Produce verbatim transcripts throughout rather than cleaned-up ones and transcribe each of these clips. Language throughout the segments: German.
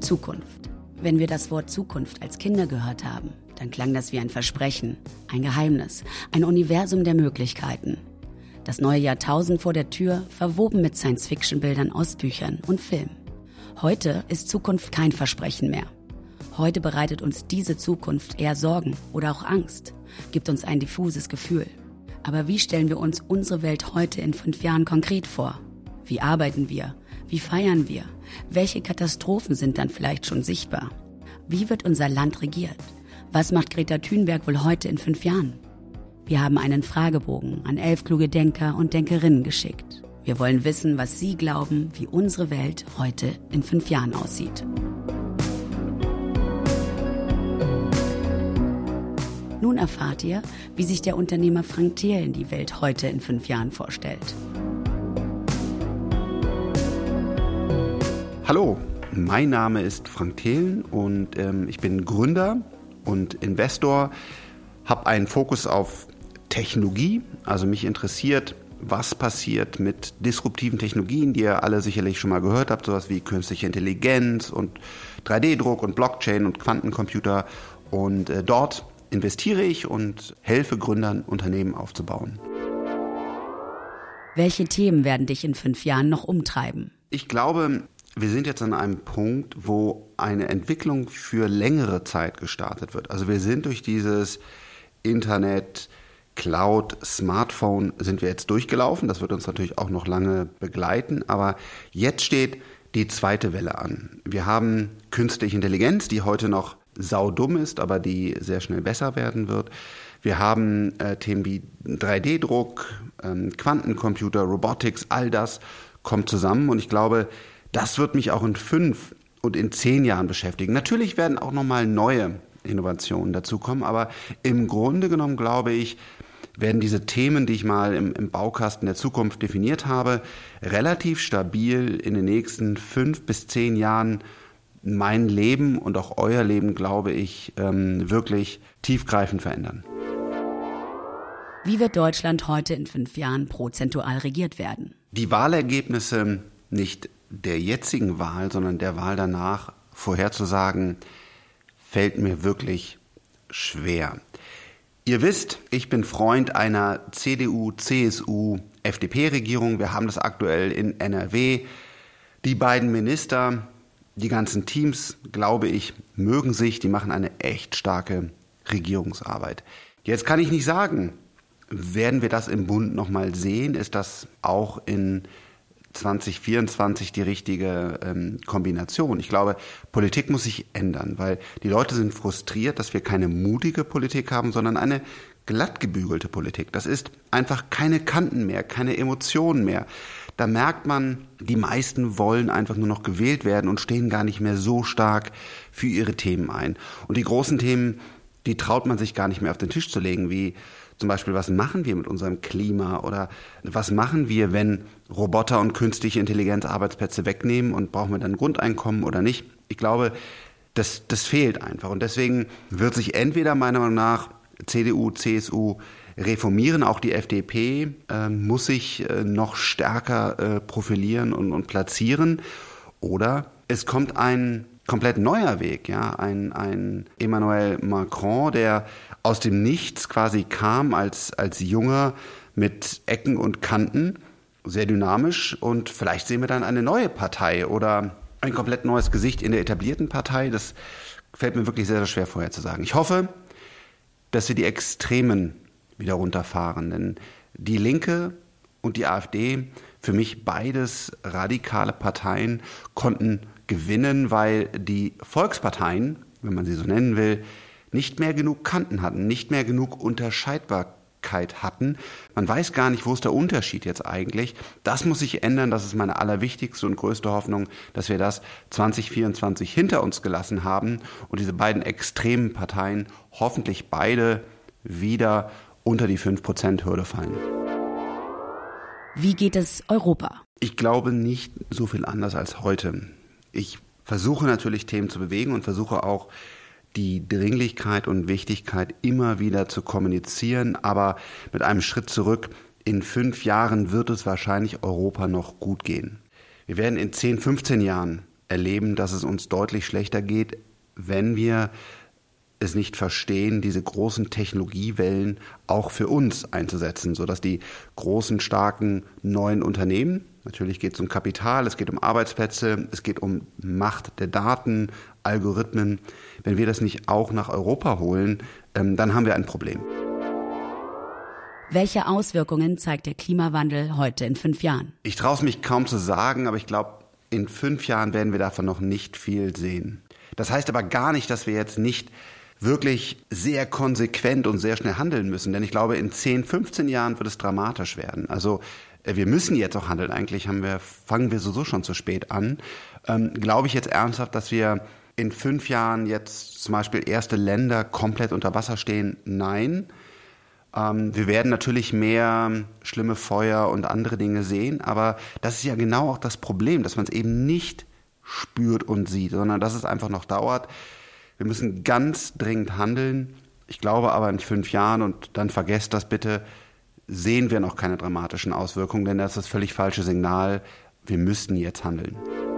Zukunft. Wenn wir das Wort Zukunft als Kinder gehört haben, dann klang das wie ein Versprechen, ein Geheimnis, ein Universum der Möglichkeiten. Das neue Jahrtausend vor der Tür, verwoben mit Science-Fiction-Bildern aus Büchern und Filmen. Heute ist Zukunft kein Versprechen mehr. Heute bereitet uns diese Zukunft eher Sorgen oder auch Angst, gibt uns ein diffuses Gefühl. Aber wie stellen wir uns unsere Welt heute in fünf Jahren konkret vor? Wie arbeiten wir? Wie feiern wir? Welche Katastrophen sind dann vielleicht schon sichtbar? Wie wird unser Land regiert? Was macht Greta Thunberg wohl heute in fünf Jahren? Wir haben einen Fragebogen an elf kluge Denker und Denkerinnen geschickt. Wir wollen wissen, was Sie glauben, wie unsere Welt heute in fünf Jahren aussieht. Nun erfahrt ihr, wie sich der Unternehmer Frank Thelen die Welt heute in fünf Jahren vorstellt. Hallo, mein Name ist Frank Thelen und ähm, ich bin Gründer und Investor, habe einen Fokus auf Technologie, also mich interessiert, was passiert mit disruptiven Technologien, die ihr alle sicherlich schon mal gehört habt, sowas wie künstliche Intelligenz und drei D Druck und Blockchain und Quantencomputer, und äh, dort investiere ich und helfe Gründern, Unternehmen aufzubauen. Welche Themen werden dich in fünf Jahren noch umtreiben? Ich glaube, wir sind jetzt an einem Punkt, wo eine Entwicklung für längere Zeit gestartet wird. Also wir sind durch dieses Internet, Cloud, Smartphone sind wir jetzt durchgelaufen. Das wird uns natürlich auch noch lange begleiten. Aber jetzt steht die zweite Welle an. Wir haben künstliche Intelligenz, die heute noch saudumm ist, aber die sehr schnell besser werden wird. Wir haben äh, Themen wie drei D Druck, ähm, Quantencomputer, Robotics, all das kommt zusammen. Und ich glaube, das wird mich auch in fünf und in zehn Jahren beschäftigen. Natürlich werden auch nochmal neue Innovationen dazukommen, aber im Grunde genommen, glaube ich, werden diese Themen, die ich mal im, im Baukasten der Zukunft definiert habe, relativ stabil in den nächsten fünf bis zehn Jahren mein Leben und auch euer Leben, glaube ich, ähm, wirklich tiefgreifend verändern. Wie wird Deutschland heute in fünf Jahren prozentual regiert werden? Die Wahlergebnisse nicht der jetzigen Wahl, sondern der Wahl danach vorherzusagen, fällt mir wirklich schwer. Ihr wisst, ich bin Freund einer C D U, C S U, F D P-Regierung. Wir haben das aktuell in N R W. Die beiden Minister, die ganzen Teams, glaube ich, mögen sich. Die machen eine echt starke Regierungsarbeit. Jetzt kann ich nicht sagen, werden wir das im Bund nochmal sehen? Ist das auch in zwanzig vierundzwanzig die richtige ähm, Kombination? Ich glaube, Politik muss sich ändern, weil die Leute sind frustriert, dass wir keine mutige Politik haben, sondern eine glattgebügelte Politik. Das ist einfach keine Kanten mehr, keine Emotionen mehr. Da merkt man, die meisten wollen einfach nur noch gewählt werden und stehen gar nicht mehr so stark für ihre Themen ein. Und die großen Themen, die traut man sich gar nicht mehr auf den Tisch zu legen, wie zum Beispiel, was machen wir mit unserem Klima oder was machen wir, wenn Roboter und künstliche Intelligenz Arbeitsplätze wegnehmen, und brauchen wir dann Grundeinkommen oder nicht? Ich glaube, das, das fehlt einfach. Und deswegen wird sich entweder meiner Meinung nach C D U, C S U reformieren, auch die F D P äh, muss sich äh, noch stärker äh, profilieren und, und platzieren, oder es kommt ein komplett neuer Weg, ja, ein, ein Emmanuel Macron, der aus dem Nichts quasi kam als, als Junger mit Ecken und Kanten, sehr dynamisch, und vielleicht sehen wir dann eine neue Partei oder ein komplett neues Gesicht in der etablierten Partei. Das fällt mir wirklich sehr, sehr schwer vorherzusagen. Ich hoffe, dass wir die Extremen wieder runterfahren, denn die Linke und die AfD, für mich beides radikale Parteien, konnten gewinnen, weil die Volksparteien, wenn man sie so nennen will, nicht mehr genug Kanten hatten, nicht mehr genug Unterscheidbarkeit hatten. Man weiß gar nicht, wo ist der Unterschied jetzt eigentlich. Das muss sich ändern. Das ist meine allerwichtigste und größte Hoffnung, dass wir das zwanzig vierundzwanzig hinter uns gelassen haben und diese beiden extremen Parteien hoffentlich beide wieder unter die fünf Prozent Hürde fallen. Wie geht es Europa? Ich glaube nicht so viel anders als heute. Ich versuche natürlich Themen zu bewegen und versuche auch die Dringlichkeit und Wichtigkeit immer wieder zu kommunizieren, aber mit einem Schritt zurück. In fünf Jahren wird es wahrscheinlich Europa noch gut gehen. Wir werden in zehn, fünfzehn Jahren erleben, dass es uns deutlich schlechter geht, wenn wir es nicht verstehen, diese großen Technologiewellen auch für uns einzusetzen, sodass die großen, starken, neuen Unternehmen, natürlich geht es um Kapital, es geht um Arbeitsplätze, es geht um Macht der Daten, Algorithmen. Wenn wir das nicht auch nach Europa holen, ähm, dann haben wir ein Problem. Welche Auswirkungen zeigt der Klimawandel heute in fünf Jahren? Ich traue es mich kaum zu sagen, aber ich glaube, in fünf Jahren werden wir davon noch nicht viel sehen. Das heißt aber gar nicht, dass wir jetzt nicht wirklich sehr konsequent und sehr schnell handeln müssen. Denn ich glaube, in zehn, fünfzehn Jahren wird es dramatisch werden. Also wir müssen jetzt auch handeln. Eigentlich haben wir, fangen wir sowieso schon zu spät an. Ähm, glaube ich jetzt ernsthaft, dass wir in fünf Jahren jetzt zum Beispiel erste Länder komplett unter Wasser stehen? Nein. Ähm, wir werden natürlich mehr schlimme Feuer und andere Dinge sehen. Aber das ist ja genau auch das Problem, dass man es eben nicht spürt und sieht, sondern dass es einfach noch dauert. Wir müssen ganz dringend handeln. Ich glaube aber in fünf Jahren, und dann vergesst das bitte, sehen wir noch keine dramatischen Auswirkungen, denn das ist das völlig falsche Signal. Wir müssten jetzt handeln.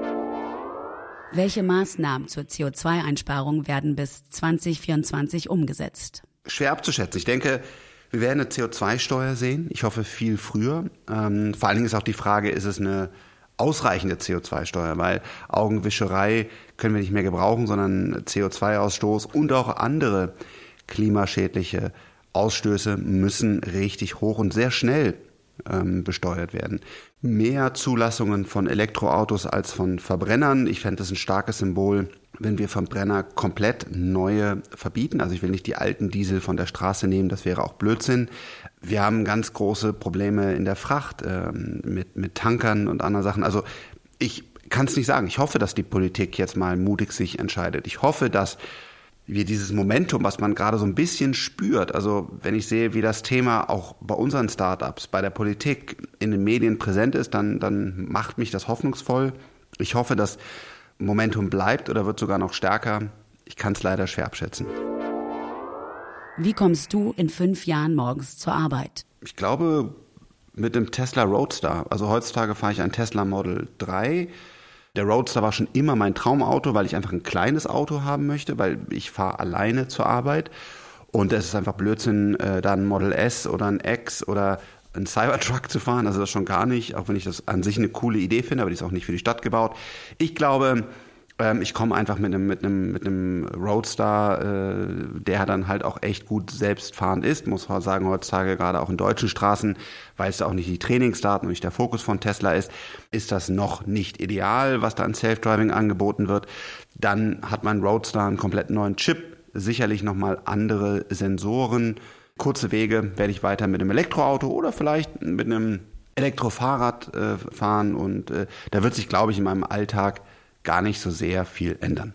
Welche Maßnahmen zur C O zwei Einsparung werden bis zwanzig vierundzwanzig umgesetzt? Schwer abzuschätzen. Ich denke, wir werden eine C O zwei Steuer sehen. Ich hoffe viel früher. Ähm, vor allen Dingen ist auch die Frage, ist es eine ausreichende C O zwei Steuer, weil Augenwischerei können wir nicht mehr gebrauchen, sondern C O zwei Ausstoß und auch andere klimaschädliche Ausstöße müssen richtig hoch und sehr schnell ähm, besteuert werden. Mehr Zulassungen von Elektroautos als von Verbrennern. Ich fände das ein starkes Symbol, wenn wir Verbrenner komplett neue verbieten. Also ich will nicht die alten Diesel von der Straße nehmen, das wäre auch Blödsinn. Wir haben ganz große Probleme in der Fracht ähm, mit, mit Tankern und anderen Sachen. Also ich kann es nicht sagen. Ich hoffe, dass die Politik jetzt mal mutig sich entscheidet. Ich hoffe, dass wir dieses Momentum, was man gerade so ein bisschen spürt, also wenn ich sehe, wie das Thema auch bei unseren Startups, bei der Politik, in den Medien präsent ist, dann, dann macht mich das hoffnungsvoll. Ich hoffe, das Momentum bleibt oder wird sogar noch stärker. Ich kann es leider schwer abschätzen. Wie kommst du in fünf Jahren morgens zur Arbeit? Ich glaube, mit dem Tesla Roadster. Also heutzutage fahre ich ein Tesla Model drei. Der Roadster war schon immer mein Traumauto, weil ich einfach ein kleines Auto haben möchte, weil ich fahre alleine zur Arbeit. Und es ist einfach Blödsinn, äh, da ein Model S oder ein X oder ein Cybertruck zu fahren. Also das schon gar nicht, auch wenn ich das an sich eine coole Idee finde, aber die ist auch nicht für die Stadt gebaut. Ich glaube, ähm, ich komme einfach mit einem mit einem mit einem Roadster, äh, der dann halt auch echt gut selbstfahrend ist. Muss man sagen, heutzutage gerade auch in deutschen Straßen, weil es da auch nicht die Trainingsdaten und nicht der Fokus von Tesla ist, ist das noch nicht ideal, was da an Self-Driving angeboten wird. Dann hat mein Roadster einen komplett neuen Chip, sicherlich nochmal andere Sensoren. Kurze Wege werde ich weiter mit einem Elektroauto oder vielleicht mit einem Elektrofahrrad äh, fahren. Und äh, da wird sich, glaube ich, in meinem Alltag gar nicht so sehr viel ändern.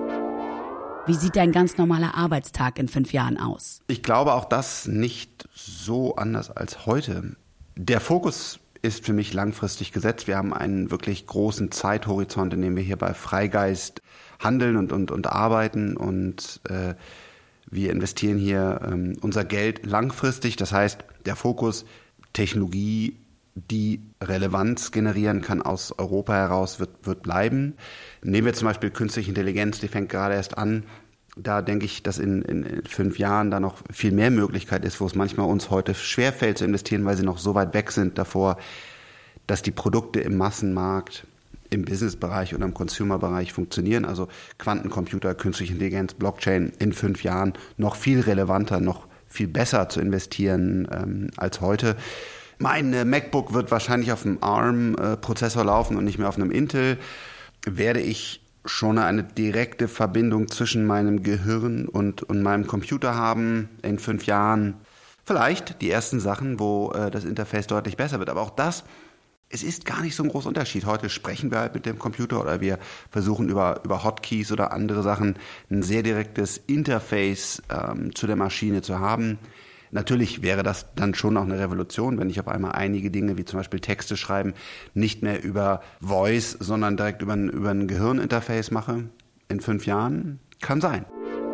Wie sieht dein ganz normaler Arbeitstag in fünf Jahren aus? Ich glaube auch das nicht so anders als heute. Der Fokus ist für mich langfristig gesetzt. Wir haben einen wirklich großen Zeithorizont, in dem wir hier bei Freigeist handeln und, und, und arbeiten. Und äh, wir investieren hier ähm, unser Geld langfristig. Das heißt, der Fokus Technologie, die Relevanz generieren kann aus Europa heraus, wird, wird bleiben. Nehmen wir zum Beispiel künstliche Intelligenz, die fängt gerade erst an. Da denke ich, dass in, in fünf Jahren da noch viel mehr Möglichkeit ist, wo es manchmal uns heute schwerfällt zu investieren, weil sie noch so weit weg sind davor, dass die Produkte im Massenmarkt, im Businessbereich oder im Consumer-Bereich funktionieren. Also Quantencomputer, künstliche Intelligenz, Blockchain in fünf Jahren noch viel relevanter, noch viel besser zu investieren ähm, als heute. Mein äh, MacBook wird wahrscheinlich auf einem ARM-Prozessor äh, laufen und nicht mehr auf einem Intel. Werde ich schon eine direkte Verbindung zwischen meinem Gehirn und, und meinem Computer haben in fünf Jahren? Vielleicht die ersten Sachen, wo äh, das Interface deutlich besser wird. Aber auch das, es ist gar nicht so ein großer Unterschied. Heute sprechen wir halt mit dem Computer oder wir versuchen über, über Hotkeys oder andere Sachen ein sehr direktes Interface ähm, zu der Maschine zu haben. Natürlich wäre das dann schon auch eine Revolution, wenn ich auf einmal einige Dinge, wie zum Beispiel Texte schreiben, nicht mehr über Voice, sondern direkt über ein, über ein Gehirninterface mache. In fünf Jahren kann sein.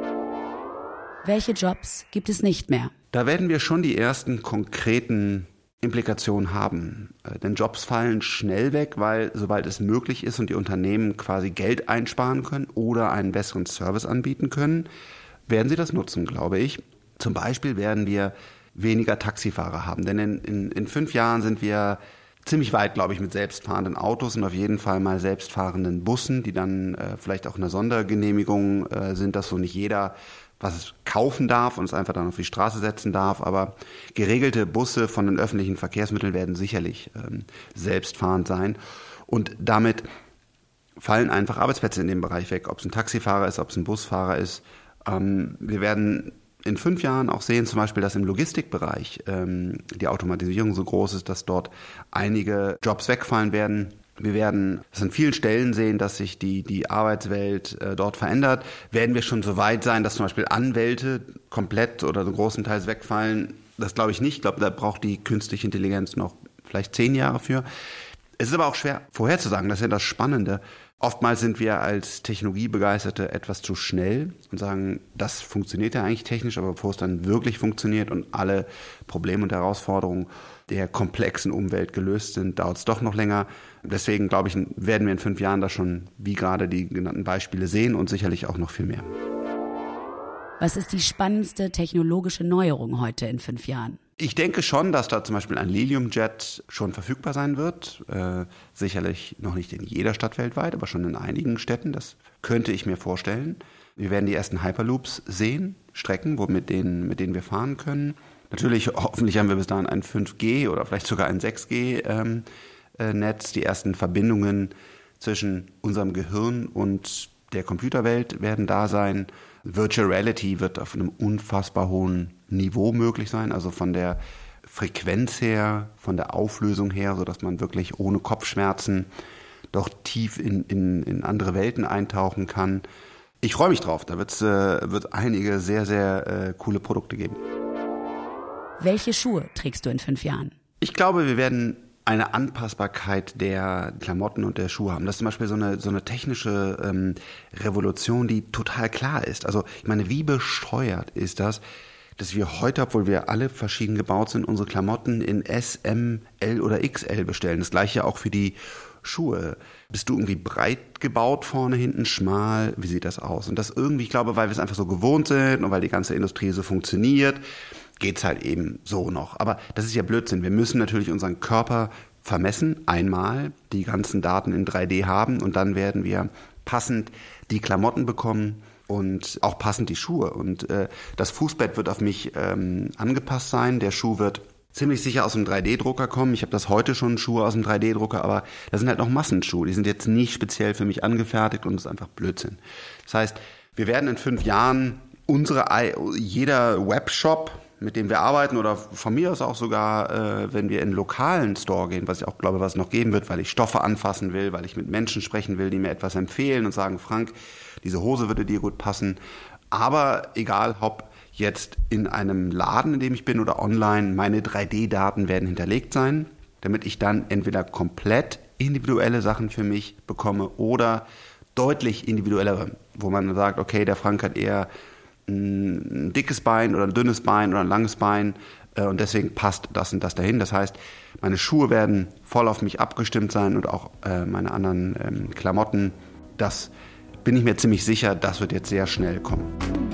Welche Jobs gibt es nicht mehr? Da werden wir schon die ersten konkreten Implikationen haben. Denn Jobs fallen schnell weg, weil sobald es möglich ist und die Unternehmen quasi Geld einsparen können oder einen besseren Service anbieten können, werden sie das nutzen, glaube ich. Zum Beispiel werden wir weniger Taxifahrer haben. Denn in, in, in fünf Jahren sind wir ziemlich weit, glaube ich, mit selbstfahrenden Autos und auf jeden Fall mal selbstfahrenden Bussen, die dann äh, vielleicht auch eine Sondergenehmigung äh, sind, dass so nicht jeder was kaufen darf und es einfach dann auf die Straße setzen darf. Aber geregelte Busse von den öffentlichen Verkehrsmitteln werden sicherlich ähm, selbstfahrend sein. Und damit fallen einfach Arbeitsplätze in dem Bereich weg, ob es ein Taxifahrer ist, ob es ein Busfahrer ist. Ähm, wir werden in fünf Jahren auch sehen, zum Beispiel, dass im Logistikbereich ähm, die Automatisierung so groß ist, dass dort einige Jobs wegfallen werden. Wir werden es an vielen Stellen sehen, dass sich die, die Arbeitswelt äh, dort verändert. Werden wir schon so weit sein, dass zum Beispiel Anwälte komplett oder so großenteils wegfallen? Das glaube ich nicht. Ich glaube, da braucht die künstliche Intelligenz noch vielleicht zehn Jahre für. Es ist aber auch schwer vorherzusagen. Das ist ja das Spannende. Oftmals sind wir als Technologiebegeisterte etwas zu schnell und sagen, das funktioniert ja eigentlich technisch, aber bevor es dann wirklich funktioniert und alle Probleme und Herausforderungen der komplexen Umwelt gelöst sind, dauert es doch noch länger. Deswegen, glaube ich, werden wir in fünf Jahren da schon, wie gerade die genannten Beispiele, sehen und sicherlich auch noch viel mehr. Was ist die spannendste technologische Neuerung heute in fünf Jahren? Ich denke schon, dass da zum Beispiel ein Liliumjet schon verfügbar sein wird. Äh, sicherlich noch nicht in jeder Stadt weltweit, aber schon in einigen Städten. Das könnte ich mir vorstellen. Wir werden die ersten Hyperloops sehen, Strecken, wo mit denen, mit denen wir fahren können. Natürlich, hoffentlich haben wir bis dahin ein fünf G oder vielleicht sogar ein sechs G ähm, äh, Netz. Die ersten Verbindungen zwischen unserem Gehirn und der Computerwelt werden da sein. Virtual Reality wird auf einem unfassbar hohen Niveau möglich sein, also von der Frequenz her, von der Auflösung her, sodass man wirklich ohne Kopfschmerzen doch tief in, in, in andere Welten eintauchen kann. Ich freue mich drauf, da wird's, äh, wird einige sehr, sehr äh, coole Produkte geben. Welche Schuhe trägst du in fünf Jahren? Ich glaube, wir werden eine Anpassbarkeit der Klamotten und der Schuhe haben. Das ist zum Beispiel so eine, so eine technische ähm, Revolution, die total klar ist. Also ich meine, wie bescheuert ist das, dass wir heute, obwohl wir alle verschieden gebaut sind, unsere Klamotten in S, M, L oder X L bestellen. Das gleiche auch für die Schuhe. Bist du irgendwie breit gebaut vorne, hinten schmal? Wie sieht das aus? Und das irgendwie, ich glaube, weil wir es einfach so gewohnt sind und weil die ganze Industrie so funktioniert, geht's halt eben so noch. Aber das ist ja Blödsinn. Wir müssen natürlich unseren Körper vermessen, einmal die ganzen Daten in drei D haben und dann werden wir passend die Klamotten bekommen und auch passend die Schuhe. Und äh, das Fußbett wird auf mich ähm, angepasst sein. Der Schuh wird ziemlich sicher aus dem drei D Drucker kommen. Ich habe das heute schon, Schuhe aus dem drei D Drucker, aber das sind halt noch Massenschuhe. Die sind jetzt nicht speziell für mich angefertigt und das ist einfach Blödsinn. Das heißt, wir werden in fünf Jahren unsere, jeder Webshop, mit dem wir arbeiten oder von mir aus auch sogar, äh, wenn wir in einen lokalen Store gehen, was ich auch glaube, was es noch geben wird, weil ich Stoffe anfassen will, weil ich mit Menschen sprechen will, die mir etwas empfehlen und sagen, Frank, diese Hose würde dir gut passen. Aber egal, ob jetzt in einem Laden, in dem ich bin oder online, meine drei D Daten werden hinterlegt sein, damit ich dann entweder komplett individuelle Sachen für mich bekomme oder deutlich individuellere, wo man sagt, okay, der Frank hat eher ein dickes Bein oder ein dünnes Bein oder ein langes Bein und deswegen passt das und das dahin. Das heißt, meine Schuhe werden voll auf mich abgestimmt sein und auch meine anderen ähm, Klamotten. Das bin ich mir ziemlich sicher, das wird jetzt sehr schnell kommen.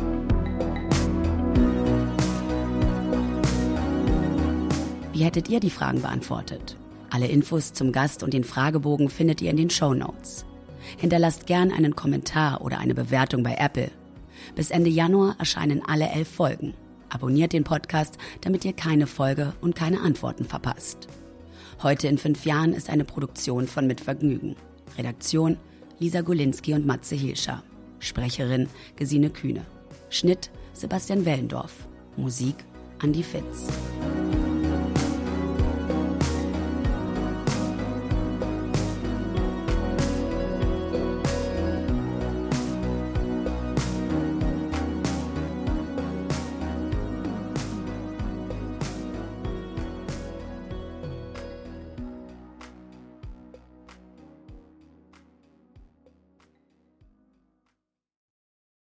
Wie hättet ihr die Fragen beantwortet? Alle Infos zum Gast und den Fragebogen findet ihr in den Shownotes. Hinterlasst gern einen Kommentar oder eine Bewertung bei Apple. Bis Ende Januar erscheinen alle elf Folgen. Abonniert den Podcast, damit ihr keine Folge und keine Antworten verpasst. Heute in fünf Jahren ist eine Produktion von Mit Vergnügen. Redaktion Lisa Golinski und Matze Hilscher. Sprecherin Gesine Kühne. Schnitt Sebastian Wellendorf. Musik Andi Fitz.